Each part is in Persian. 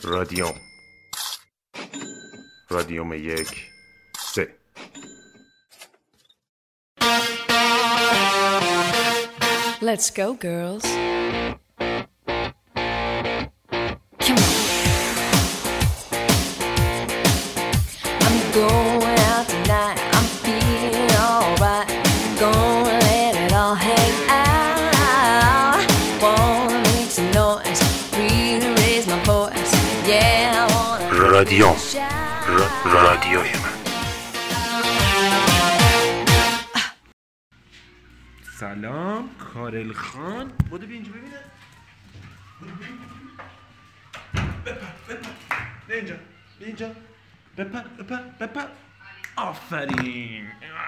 رادیوم 1 3. Let's go, girls. Come on. I'm going out tonight. I'm feeling alright. Gonna let it all hang out. Wanna make some noise. Really raise my voice. Yeah, I wanna. رادیوم رادیوی من. سلام کارل خان. بودو بیا اینجا ببینم. بیا اینجا. بیا اینجا. بپر. آفرین.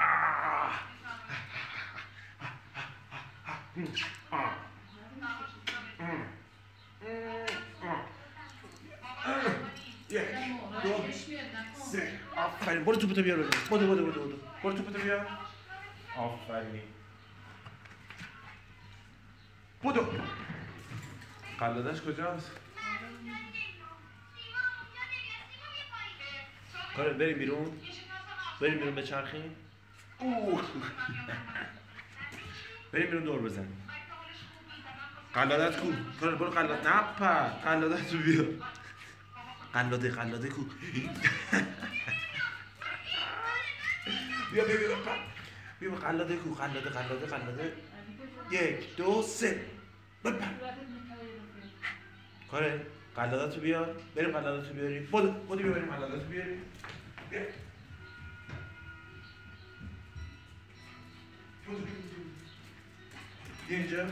آفرین. برو توپتو بیار. برو. برو توپتو بیار. آفرین. بودو. قلادش کجاست؟ کارل بریم بیرون بچرخیم. بریم بیرون دور بزن. قلادت کو؟ کارل برو قلاد نپر. قلادت رو بیار. قلاده کو؟ بیا قلاده کو؟ قلاده 1 2 3 بپر. کارل قلادت رو بیار. بریم قلادت رو بیاریم. بودو بیا بریم قلادت رو بیاریم. بیا اینجا.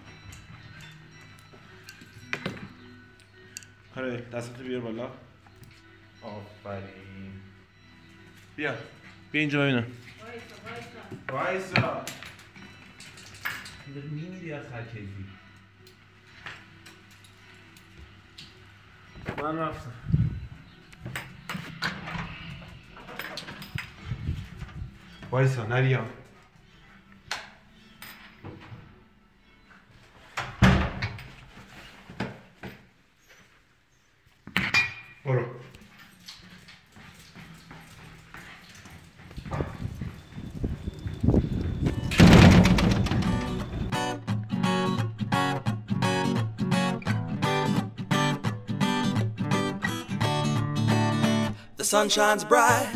کارل دستتو بیار بالا. آفرین. بیا اینجا ببینم. وایسا. میمیری از هر کیفی. من رفتم. وایسا نریا. برو. The sun shines bright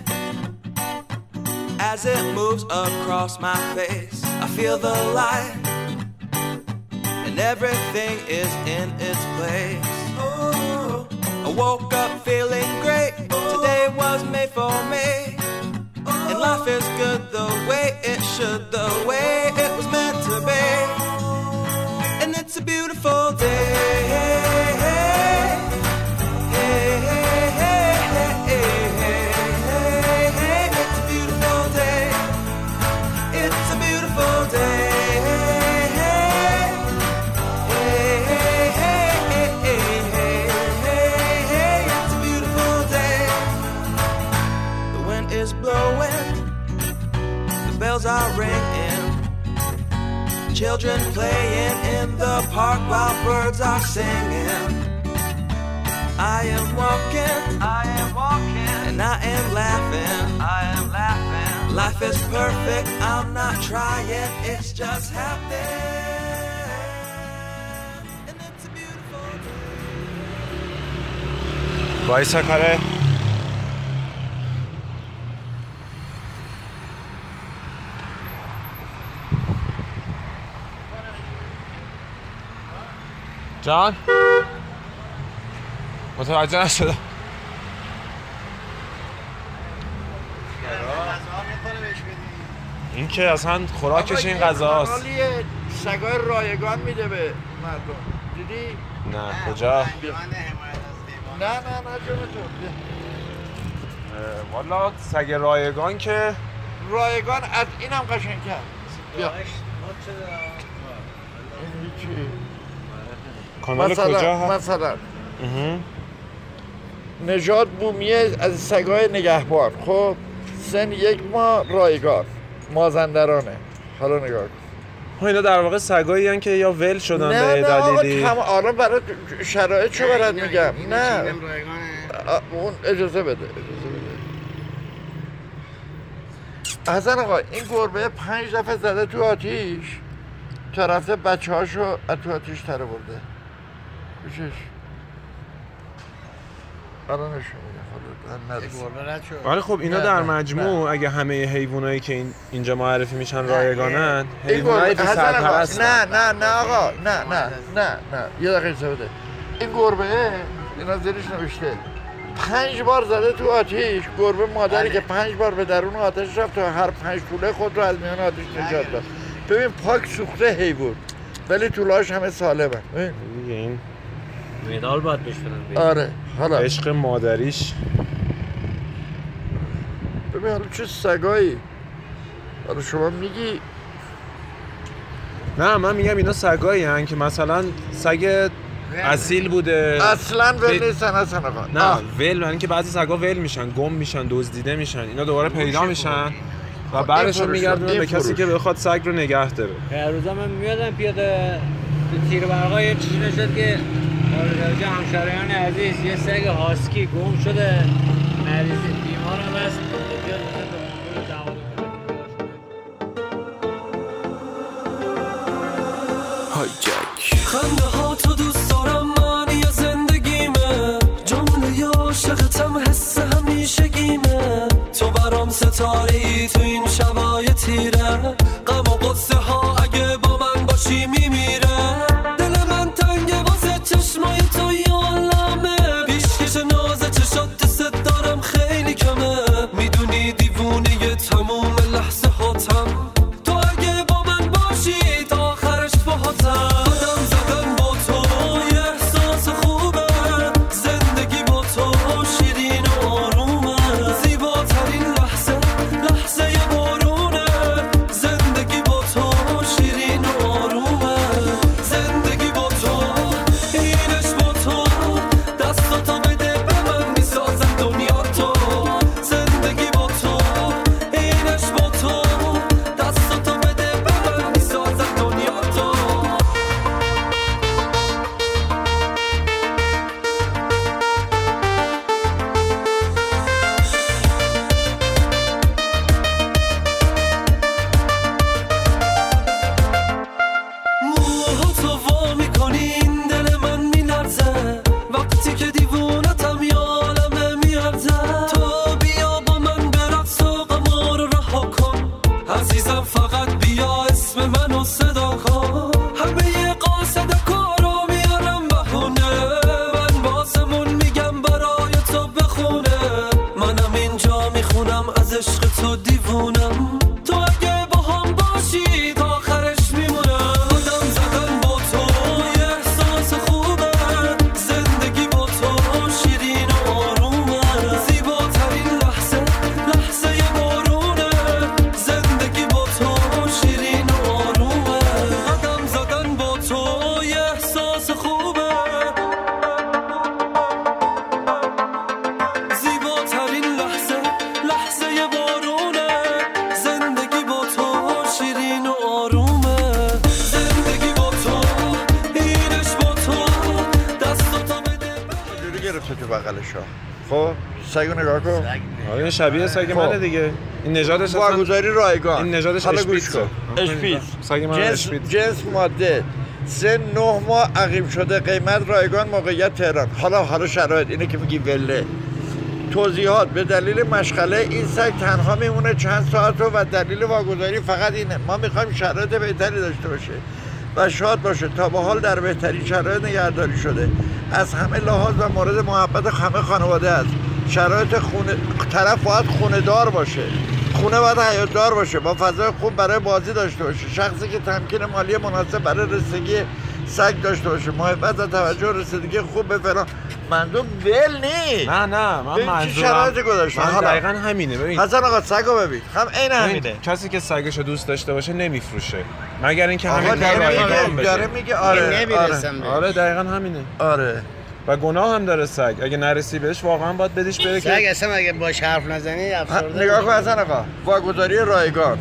as it moves across my face. I feel the light and everything is in its place. Oh, I woke up feeling great. Today was made for me. And life is good the way it should, the way it was meant to be. And it's a beautiful day. Are ringing, children playing in the park while birds are singing. I am walking, and I am laughing. Life is perfect, I'm not trying, it's just happening. And it's a beautiful day. وایسا کاره. جان متوجه نشدم. این که اصلا خوراکش این غذاست. سگای رایگان میده به مردم. دیدی؟ نه کجا؟ نه جونتون. والا سگ رایگان که رایگان از اینم قشنگ‌تر. بیا. کانال کجا هست؟ مثلا نژاد بومیه از سگای نگهبان. خب سن 1 ماه رایگان مازندرانه. حالا نگاه کن. اینا در واقع سگایی هن که یا ول شدن به دلیلی. نه آره برای شرایط چه برات میگم. نه اون اجازه بده. حسن آقا این گربه 5 دفعه زده تو آتیش تا رفته بچه هاشو تو آتیش تره برده. بشش الان نشون میگه. ولی خب اینا در مجموع اگه همه حیوانایی که اینجا معرفی میشن رایگانن، حیوانایی که سرپرست. نه آقا نه یه دقیقه اجازه بده. این گربه اینا زیرش نوشته 5 بار زده تو آتیش. گربه مادری که 5 بار به درون آتش رفت تا هر 5 توله خود رو از میان آتش نجات داد. ببین پاک سوخته حیوان ولی طولهاش همه سالمه. این مدال باید بهش بدن. آره حالا عشق مادریش. ببین حالا چه سگایی. حالا شما میگی نه من میگم اینا سگایی هن که مثلا سگ اصیل بوده اصلا ول نیستن اصلا آقا. نه ول یعنی که بعضی سگا ول میشن، گم میشن، دزدیده میشن، اینا دوباره پیدا میشن و بعدشون میگردونن به کسی که بخواد سگ رو نگه داره. هر روزا من میادم پیاده تو تیر برقا یه چیزی نشد که درجه همشهریان عزیز یه سگ هاسکی گم شده، مریض بیمار هم هست. های جک خنده ها تو دوست دارم من یا زندگیمه، جمله یا عاشقتم حس همیشگیمه، تو برام ستاره‌ای تو این شبای تیره، غم و قصه ها اگه با من باشی میمیره، دل من تنگه واسه چشمای تو یالمه، پیشکش نازه چشات دست دارم خیلی کمه، میدونی دیوونه تموم لحظه هاتم، تو اگه با من باشی تا آخرش باهاتم، قدم زدن با تو یه احساس خوبه، زندگی با تو شیرین و آرومه، زیباترین لحظه لحظه بارونه، زندگی با تو شیرین و آرومه، زندگی با تو اینش با تو، دستاتو بده به من میسازم دنیا تو، زندگی با تو اینش با تو، دستاتو بده به من میسازم دنیا تو. موهاتو وا میکنی این دل من میلرزه، وقتی که دیوونتم یا عالمه میارزه، تو بیا با من برات سوق ما رو رها کن، عزیزم فقط بیا اسم منو صدا کن، همه قاصد کارو میارم بهونه، من باسمون میگم برای تو بخونه، منم اینجا میخونم از عشق تو دیوونم، تو اگه با هم باشی تا آخرش میمونم، قدم زدن با تو یه احساس خوبه، زندگی با تو شیرین و آرومه، زیباترین لحظه لحظه بارونه، زندگی با تو شیرین و آرومه، قدم زدن با تو یه احساس خوبه، زیباترین لحظه لحظه بارونه، زندگی با تو شیرین و آرومه، زندگی با تو اینش با تو، دستاتو بده. جوری گرفته تو بغلشا. خب سگو نگاه کن. آره شبیه سگ منه دیگه. این نژادش واگذاری رایگان. این نژادش اشپیتزه. اشپیتز. سگ من اشپیتز. جنس ماده سن 9 ماه عقیم شده، قیمت رایگان، موقعیت تهران. حالا شرایط اینه که میگی وله. توضیحات: به دلیل مشغله این سگ تنها میمونه چند ساعت رو و دلیل واگذاری فقط اینه ما میخوایم شرایط بهتری داشته باشه و شاد باشه، تا به حال در بهترین شرایط نگهداری شده، از همه لحاظ و مورد محبت همه خانواده است. شرایط خونه طرف باید خونه دار باشه، خونه باید حیات دار باشه، با فضای خوب برای بازی داشته باشه، شخصی که تمکین مالی مناسب برای رسیدگی سگ داشته باشه، محبت و توجه و رسیدگی خوب به فلان. منظور ول نی. نه من منظورم شرایط گذاشتم. من دقیقاً همینه. ببین حسن آقا سگو ببین، هم عین همینه. کسی که سگشو دوست داشته باشه نمیفروشه مگر اینکه آقا همین کار رایگان بشه. داره میگه آره آره دقیقاً همینه. آره و گناه هم داره سگ، اگه نرسی بهش واقعا باید بدیش بره که سگ اصلا اگه باش حرف نزنی افسرده. نگاه کن حسن آقا، واگذاری رایگان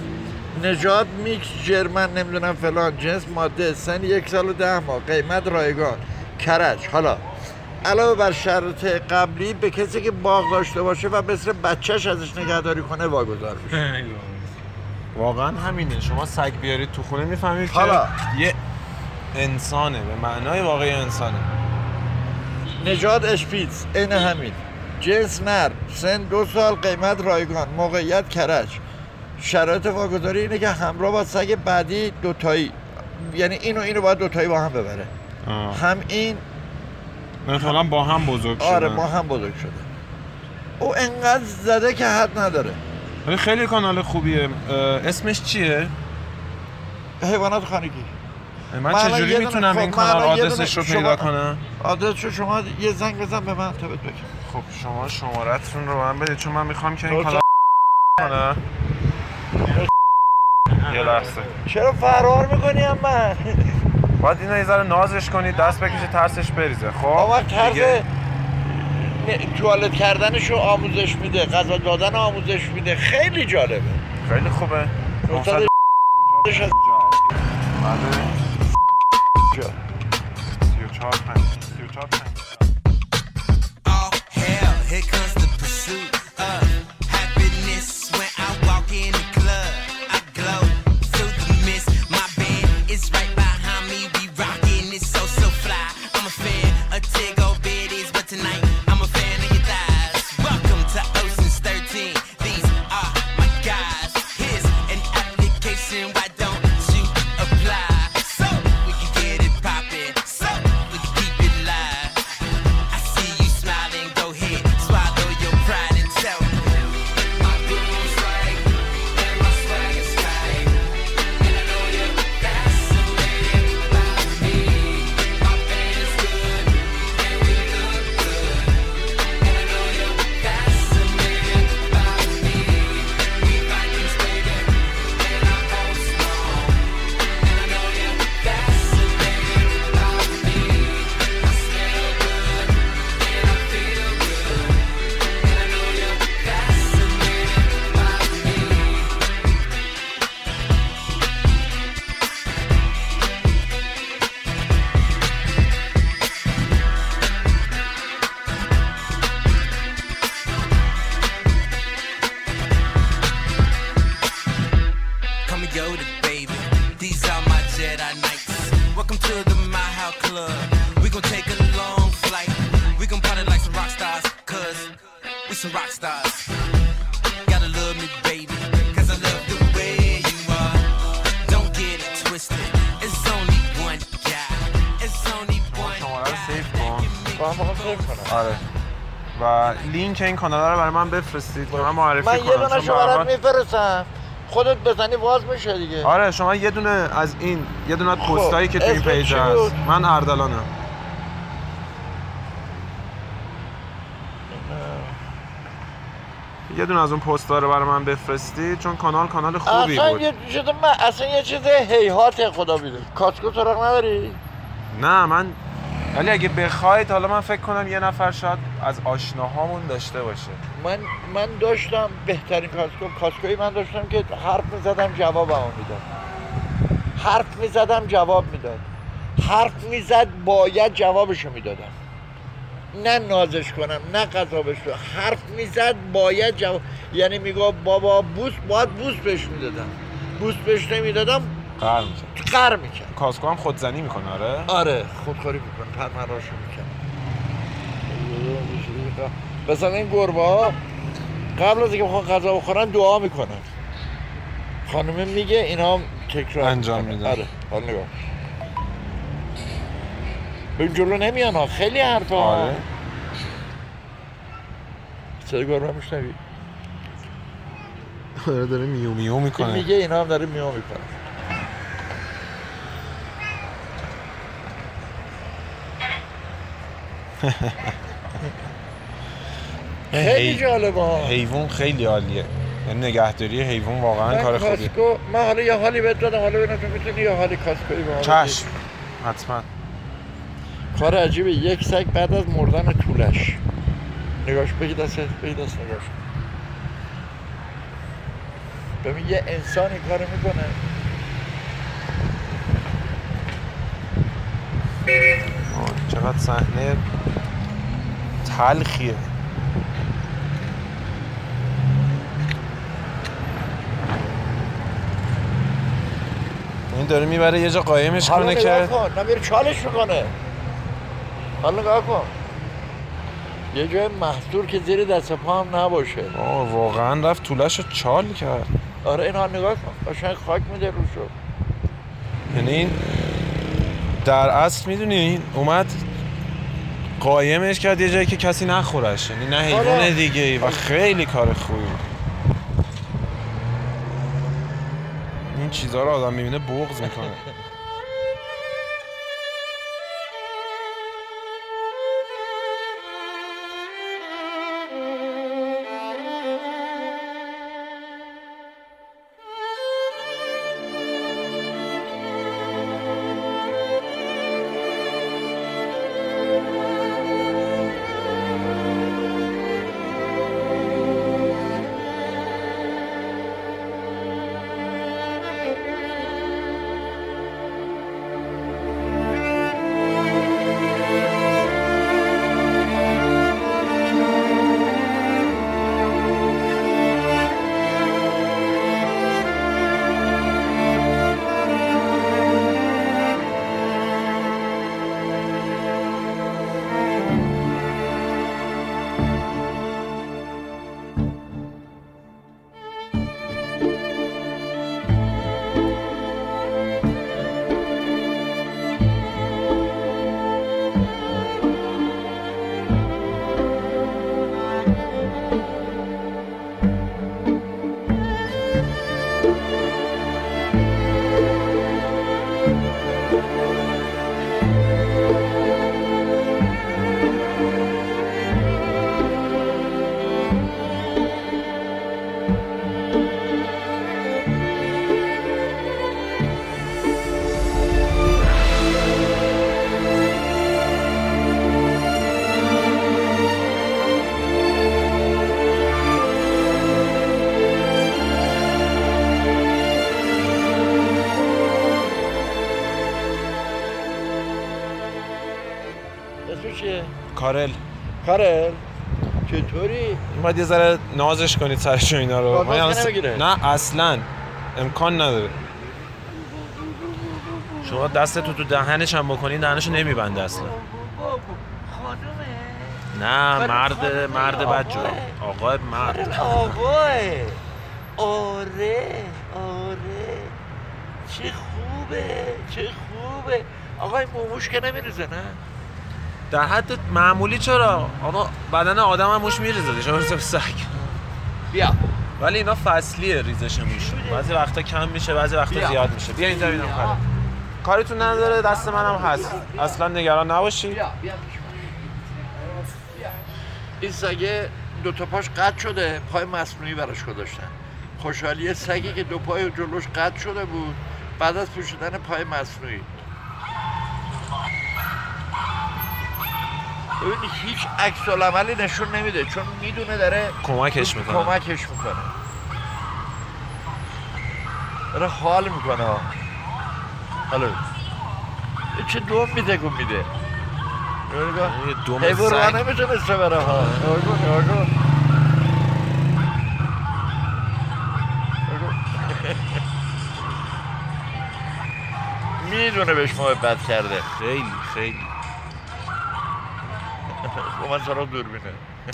نژاد میکس جرمن نمیدونم فلان جنس ماده سن 1 سال و 10 ماه قیمت رایگان کرج. حالا علاوه بر شرط قبلی به کسی که باغ داشته باشه و مثل بچهش ازش نگهداری کنه واگذار میشه. واقعا همینه. شما سگ بیارید تو خونه میفهمید که حالا یه انسانه، به معنای واقعی انسانه. نژاد اشپیتز این همین، جنس نر، سن 2 سال، قیمت رایگان، موقعیت کرج. شرایط واگذاری اینه که همراه با سگ بعدی دوتایی، یعنی اینو باید دوتایی با هم ببره. هم این مثلا با هم بزرگ شده. آره با هم بزرگ شده. او انقدر زده که حد نداره. ولی خیلی کانال خوبیه. اسمش چیه؟ حیوانات خانگی. من چجوری میتونم این کانال آدرسش رو پیدا کنم؟ آدرسش رو شما یه زنگ بزن به من تا بهت بگم. خب شما شماره‌تون رو من بدید چون من میخوام که این کانال کنم. یه لحظه. چرا فرار میکنی من؟ باید اینو یه ذره نازش کنید، دست بکشه ترسش بریزه. خب آقا طرز توالت کردنشو آموزش میده، غذا دادن آموزش میده، خیلی جالبه. خیلی خوبه. 900 Oh hell, here comes the pursuit of happiness. When I walk in the club, I glow through the mist. My band is right behind me, we rockin', it's so fly. I'm a fan of Tiggo Bitties, but tonight I'm a fan of your thighs. Welcome to Ocean's 13, these are my guys. Here's an application, why don't you apply? So we can get it poppin', so we can keep it live. I see you smiling, go ahead, swallow your pride and tell me. My groov's right, and my swag is tight. And I know you're fascinated by me. My band is good, and we look good. And I know you're fascinated by me. We Vikings, baby, and I hold strong. And I know you're fascinated by me. I smell good, and I feel good. And I know you're fascinated by me. Come and go to baby. These are my Jedi Knights. Welcome to the My House Club. We gon' take a long flight. We gon' party like some rock stars, cause we some rock stars. Gotta love me, baby, cause I love the way you are. Don't get it twisted. It's only one guy. It's only one شماره رو guy. سیف کن. با هم میخوام سیف کنم. آره. و لینک این کانال رو برای من بفرستید که من معرفی من کنم. یه دونه چون شما به هر برات میفرستم، خودت بزنی باز میشه دیگه. آره شما یه دونه از این یه دونه از پستایی که تو این اسمت پیج چی هست. بود؟ من اردلانم. یه دونه از اون پست‌ها رو برای من بفرستید چون کانال خوبی اصلا بود. یه چیز هیهات خدا بیده. کاسکو سراغ نداری؟ نه من ولی اگه بخواید حالا من فکر کنم یه نفر شاید از آشناهامون داشته باشه. من داشتم بهترین کاسکویی من داشتم که حرف میزدم جواب اون میداد. حرف میزدم جواب میداد. حرف میزد باید جوابشو میدادم. نه نازش کنم نه قضاوتش کنم. حرف میزد باید جواب، یعنی میگه بابا بوس، باید بوس بهش میدادم. بوس بهش نمیدادم قهر میکرد. کاسکو هم خودزنی میکنه. آره خودخوری میکنه، پرمراشو میکنه. مثلا این گربه ها قبل از اینکه بخوان غذا بخورن دعا میکنن. خانومه میگه اینا هم تکرار انجام میدن. آره حالا نگاه ببین جلو نمیان ها، خیلی حرفه ها. آره. صدای گربه میشنوی؟ داره میو میو میکنه. میگه اینا هم داره میو میکنه. خیلی جالبه ها. حیوان خیلی عالیه. یعنی نگهداری حیوان واقعا کار خوبیه. من حالا یه حالی بهت دادم، حالا ببینم تو میتونی یه حالی کاسکویی به من بدی. چشم حتما. کار عجیبه. یک سگ بعد از مردن طولش نگاش بگی دست نگاش ببین یه انسانی کارو میکنه. چقدر صحنه تلخیه. این داره میبره یه جا قایمش کنه که حالا نگاه کن، نمیره چالش میکنه. حالا نگاه کن یه جای محصور که زیر دست پا هم نباشه. واقعا رفت طولش رو چال کرد. آره این ها نگاه کن قشنگ خاک میده روشو. یعنی این در اصل میدونی اومد قایمش کرد یه جایی که کسی نخورش، یعنی نه حیوان دیگه ای و خیلی کار خوبی. این چیزها رو آدم میبینه بغض میکنه. کارل چطوری؟ این باید یه ذره نازش کنید سرش و اینا رو. نه اصلا امکان نداره. شما دستتو تو دهنش هم بکنین دهنشو نمیبنده اصلا. نه مرد بد جور. آقای مرد. آقای آره چه خوبه. آقای موموش که نمیریزه نه؟ در حد معمولی چرا؟ آقا بدن آدم هم موش میریزه شما برسه به سگ. بیا. ولی اینا فصلیه ریزش موش. بعضی وقتا کم میشه بعضی وقتا زیاد میشه. بیا اینجا ببینم کارت. کاریتون نداره دست منم هست. اصلا نگران نباشید. بیا. این سگه 2 تا پاش قطع شده، پای مصنوعی براش گذاشتن. خوشحالی سگی که 2 پای جلوش قطع شده بود بعد از پوشیدن پای مصنوعی. ببین هیچ عکس العملی نشون نمیده چون میدونه داره کمکش میکنه. داره حال میکنه. حالا چه دوم میده حیوان نمیتونسته بره ها. نگاه میدونه بهش محبت کرده. خیلی من سراغ دوربینه.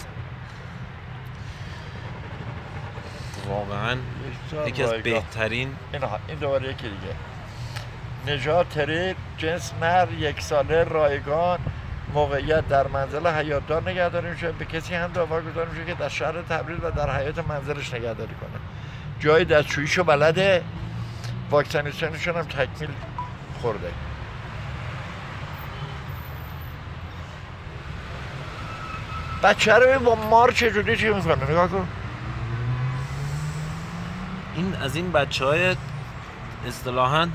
واقعا یکی از بهترین. این دوباره یکی دیگه. نژاد تریر، جنس نر، 1 ساله، رایگان، موقعیت در منزل حیاتدار نگهداری میشه. به کسی هم دعوا گذاری میشه که در شهر تبریز و در حیات منزلش نگهداری کنه. جای دستشوییشو بلده. واکسینیشنشون هم تکمیل خورده. بچه رو با مار چجوری چی میکنه نگاه کن. این از این بچه‌های اصطلاحاً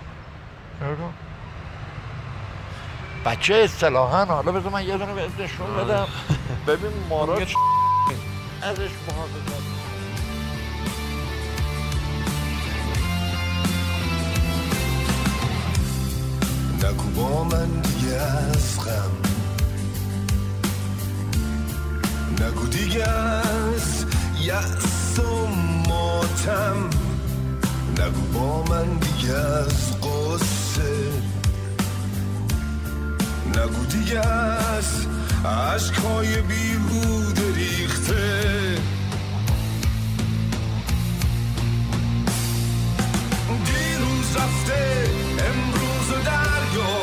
بچه اصطلاحاً حالا بذار من یه دونه بهت نشون بدم. ببین مارا ازش محافظت. نگو با من دیگه از غم، نگو دیگه از یأس و ماتم، نگو با من دیگه از قصه، نگو دیگه از عشقای بیهوده ریخته. دیروز رفته امروز و دریا،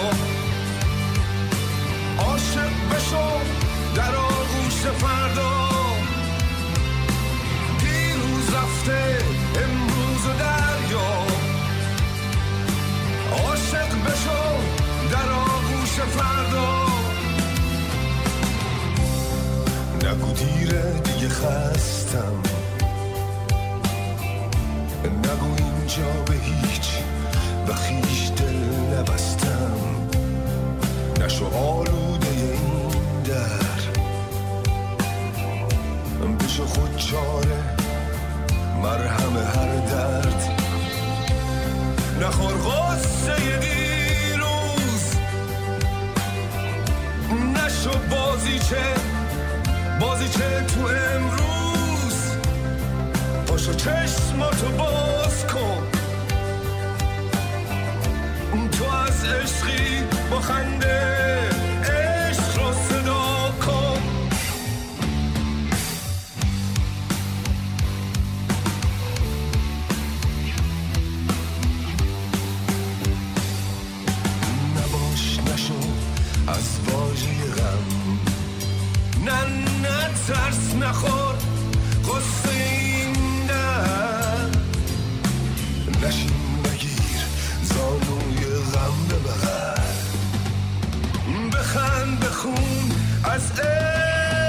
عاشق بشو در آغوش فردا. دیروز رفته امروز و دریا، عاشق بشو در آغوش فردا. نگو دیره دیگه خستم، نگو اینجا به هیچ و خیش دل نبستم. نشو آلوده این در، بشو خود چاره مرهم هر درد. نخور غصه دیروز، نشو بازیچه تو امروز. پاشو چشماتو باز کن، تو از عشقی با خنده عشق رو صدا کن. نباش نشو از واژه غم، نه ترس نخور قصه این در. نشین نگیر زانوی غم به بغل، بخند بخون از عشق.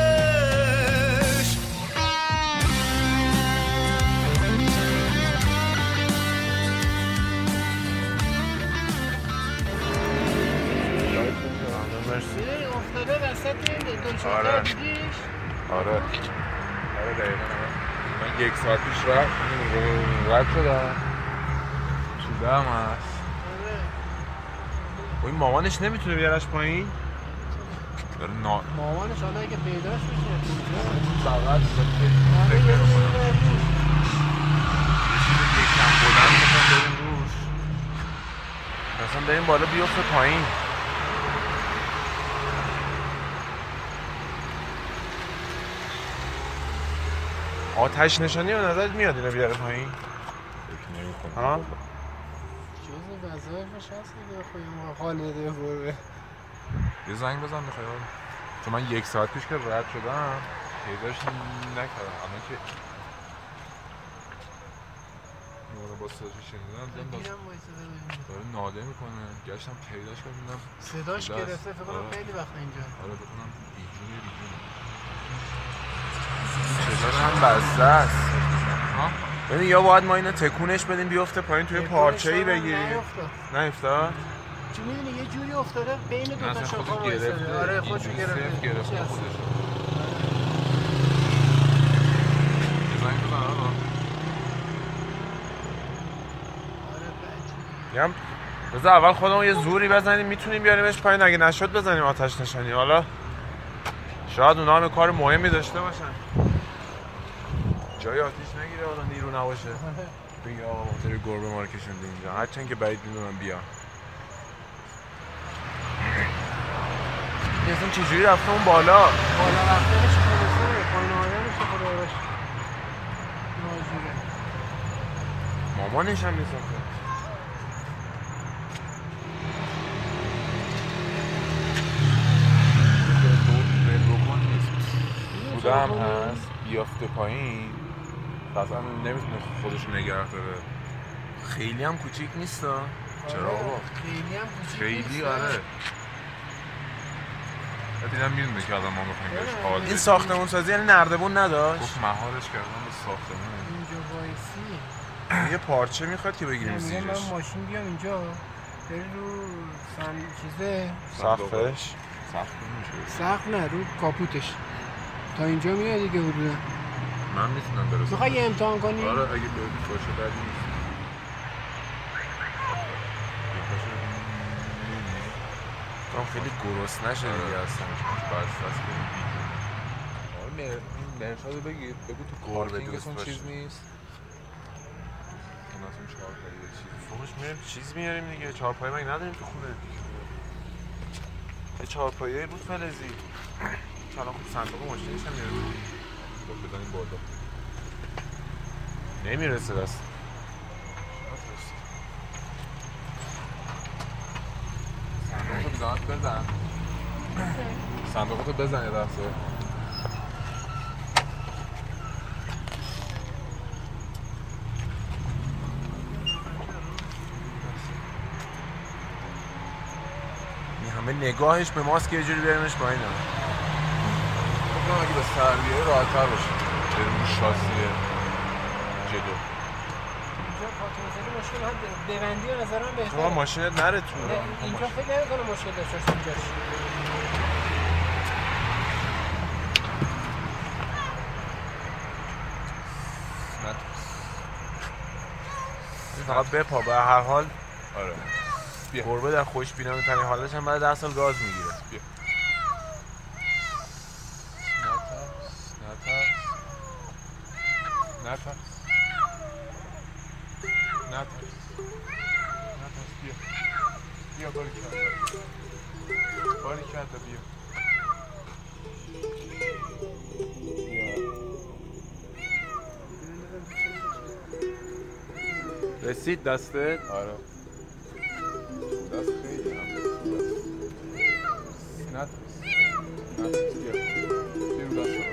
افتاده وسط آره. دوچرخه دیدیش؟ آره دقیقا. من 1 ساعت پیش رد شدم تو دم هست. این مامانش نمیتونه بیارش پایین؟ مامانش حالا اگه پیداش بشه فقط فکر کنم یکم بلند بکنم بریم روش، مثلا بریم بالا بیفته پایین. آتش نشانی به نظرت میاد اینو بیاره پایین؟ فکر نمی‌کنم. ها؟ جز وظایفش هست دیگه. خواهیم حالی ده بره یه زنگ بزن میخوای؟ چون من 1 ساعت پیش که رد شدم پیداش نکردم. الان که نورا با صداشو شنیدم دیدم داره ناله میکنه، گشتم پیداش کردم صداش گرفته. فکر کنم خیلی وقت اینجا. آره بکنم بیجونه چشاش هم بسته است. ببین یا باید ما اینو تکونش بدیم بیفته پایین توی پارچه‌ای بگیریم. نیفتاد؟ چون میدونی یه جوری افتاده بین دو تا شاخه وایساده. آره خودشو گرفته خودش. زنگ بزن آقا. میگم بذار اول خودمون یه زوری بزنیم میتونیم بیاریمش پایین، اگه نشد بزنیم آتش نشانی. حالا شاید اونا هم کار مهمی داشته باشن، جای آتیش نگیره حالا نیرو نباشه. بگی آقا موتور گربه ما رو کشونده اینجا، هرچند که بعید میدونم بیان. اصلا چجوری رفته اون بالا رفتنش خلاصه پایین آدمش خداش ناجوره. مامانش هم نیست آخه. بودم هست بیافته پایین قطعا نمیتونه خودش نگه داره. خیلی هم کوچیک نیست. چرا بابا؟ خیلی هم کوچیک خیلی آره. دیدم میدونه که آدم ما بخوایم بهش حال بدیم. این ساختمون سازی یعنی نردبون نداشت؟ گفت مهارش کردن به ساختمون. اینجا وایسی یه پارچه میخواد که بگیریم زیرش. من ماشین بیام اینجا بری رو چیزه سقفش سقف نمیشه. سقف نه رو کاپوتش تا اینجا میاد دیگه حدودا. من میتونم برسم. میخوای یه امتحان کنی؟ آره اگه باشه بعد نیست. تو خیلی گرسنه نشه دیگه اصلا بس هست که مرشادو بگیر بگو تو کارتینگتون چیز نیست اوناتون چهارپایی یا چیز فوقش میریم چیز میاریم دیگه چهارپایی مگه نداریم تو خونه یه چهارپایی بود فلزی چلا خوب صندوق ماشینش هم میاریم خب بزنیم بالا نمیرسه دست صندوقتو بزن صندوقتو بزن یه دسته همه نگاهش به ماست که یه جوری بریمش با اینا فکرم اگه به سر بیاره راحت‌تر باشه بریم رو شاسی جلو اینجا پاکیزگی مشکل هم ببندی و نظرم بهتره تو ماشینت نره تو اینجا فکر نمی‌کنم مشکل داشته باشه اینجاش فقط بپا به هر حال آره بیا گربه در خوش بینانه ترین حالش هم بعد 10 سال گاز میگیره بیا نترس بیا باری کرده بیا رسید دستت؟ آره دست خیلی هم نترس بیا رو دست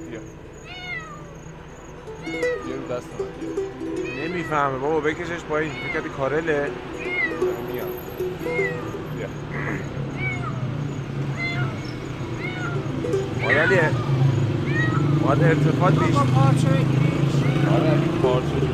بیا رو دست بیا نمیفهمه بابا بکشش پایین فکر کردی کارله میام بیا مادلیه باید ارتفاع بیش آره اگه پارچه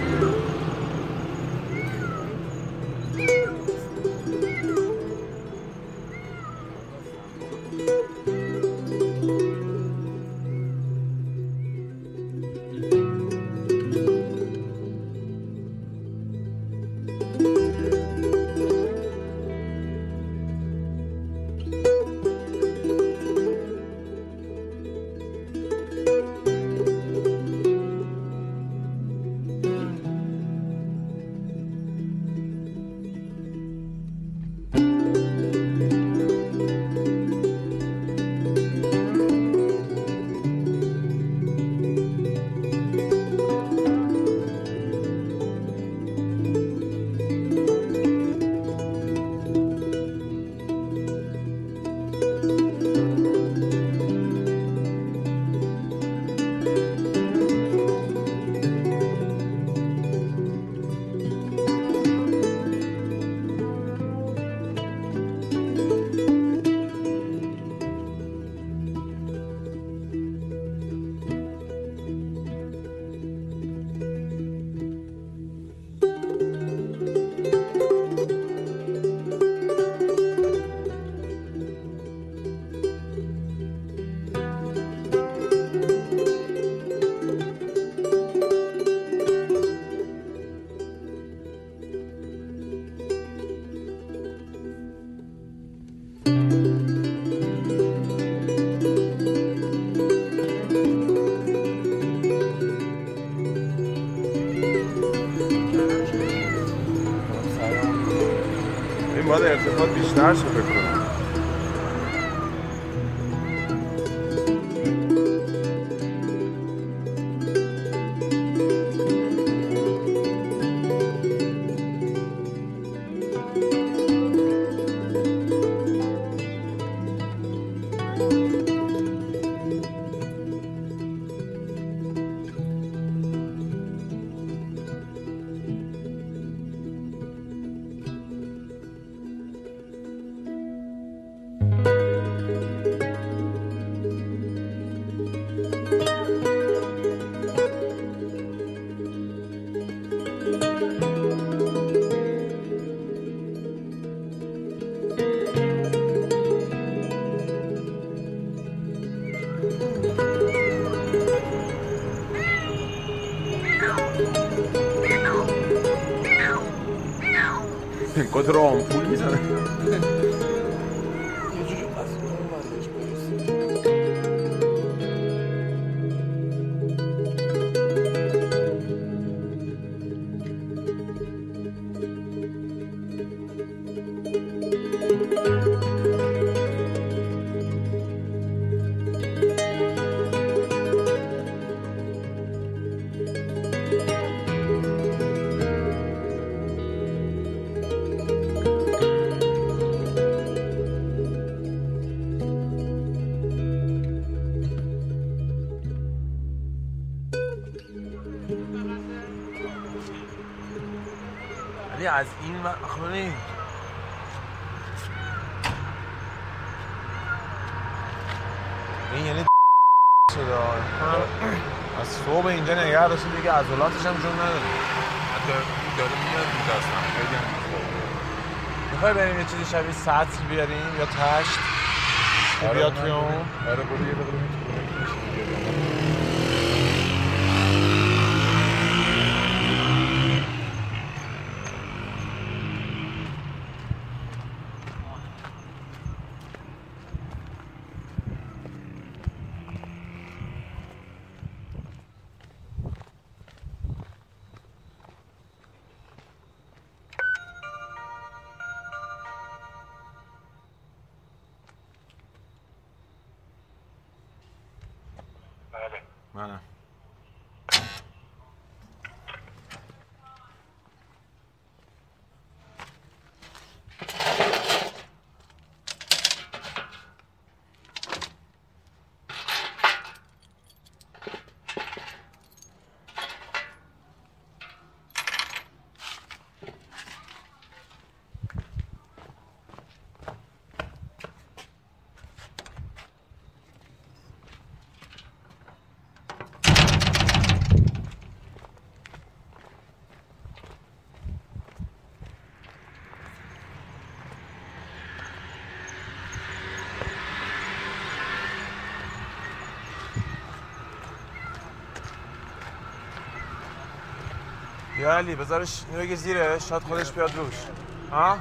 باید ارتفاع بیشتر شه فکر کنم کد رو آمپول میزنه ولی از این خونه این یعنی شده از صبح اینجا نگه داشته دیگه عضلاتش هم جون نداره. حتی این داره میاد این داستان خیلی هم میخوای بریم یه چیزی شبیه سطل بیاریم یا تشت که بیاد توی اون؟ آره برو یه دقیقه منم یا علی بذارش اینو بگیر زیرش شاید خودش بیاد روش. ها؟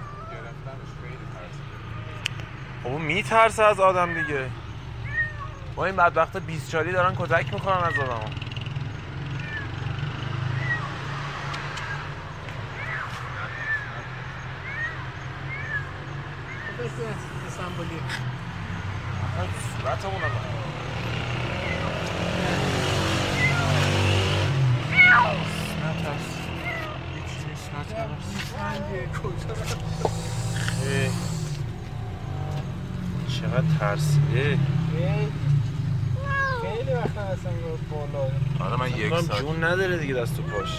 خب اون میترسه از آدم دیگه. با این بدبخت 20 چالی دارن کتک میکنن از آدم. استانبولی صورت همون چقدر ترسیده. خیلی وقت اصلا بالا. آره من یک ساعت جون نداره دیگه دست و پاش.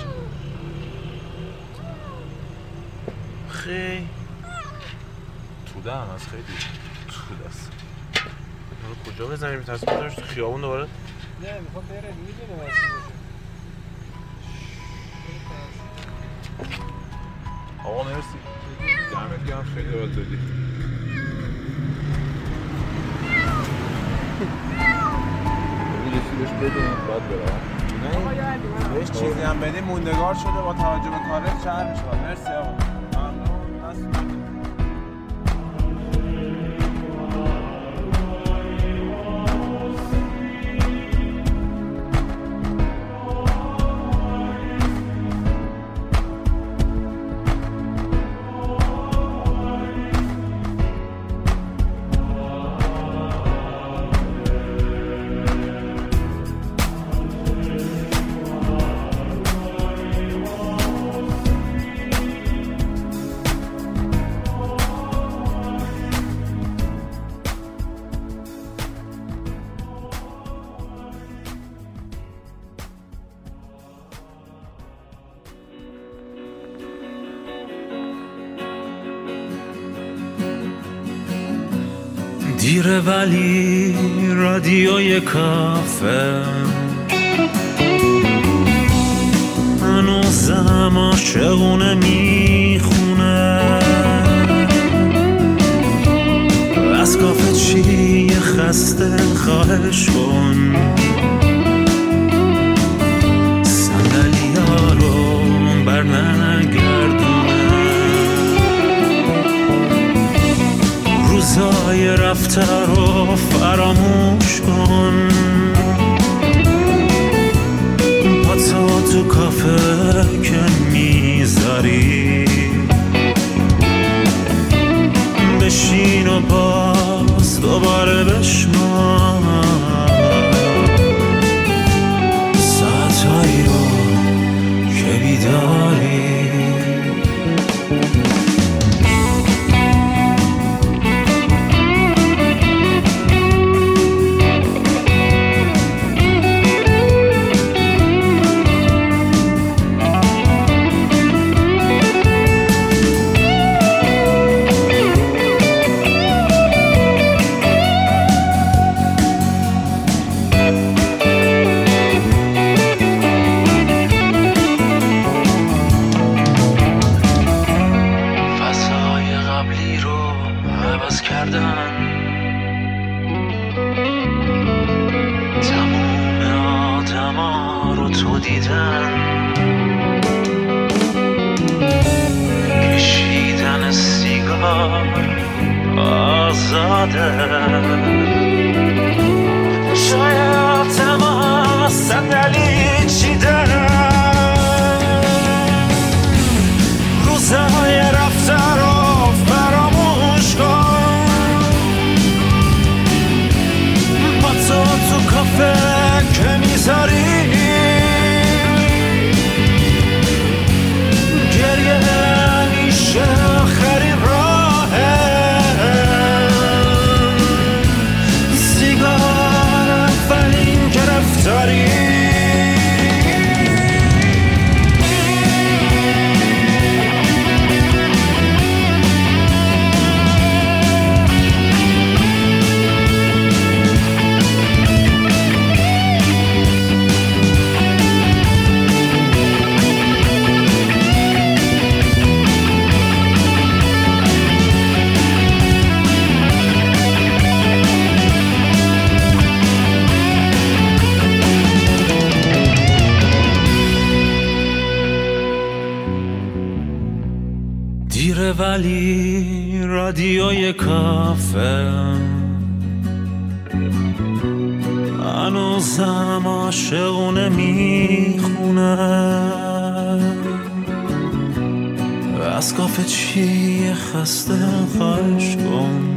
خیلی توده هم از خیلی توده است. کجا بزنیم تصمیم داشت تو خیابون دوباره؟ نه میخوام بره میدونه واسه آقا مرسی دمت گرم خیلی راحت دادی. یه چیزی بهش بدیم بعد برم. بهش چیزی هم بدیم موندگار شده با توجه به کارت شهر میشه. مرسی آقا ممنون. دست دیره ولی رادیوی کافه هنوزم عاشقونه میخونه از کافه چی خسته خواهش کن صندلی ها رو برنگردونه روزای رفته رو فراموش کن پاتو تو کافه که میذاری بشین و باز دوباره بشمار ساعتهایی رو که بیداری اومده شاید تمام صندلی چیده روزهای رفته رو فراموش کن با تو کافه که میذاری گریه میشه آخرین راهه سیگار اولین گرفتاری دیره ولی رادیوی کافه هنوزم عاشقونه میخونه از کافه چی خسته خواهش کن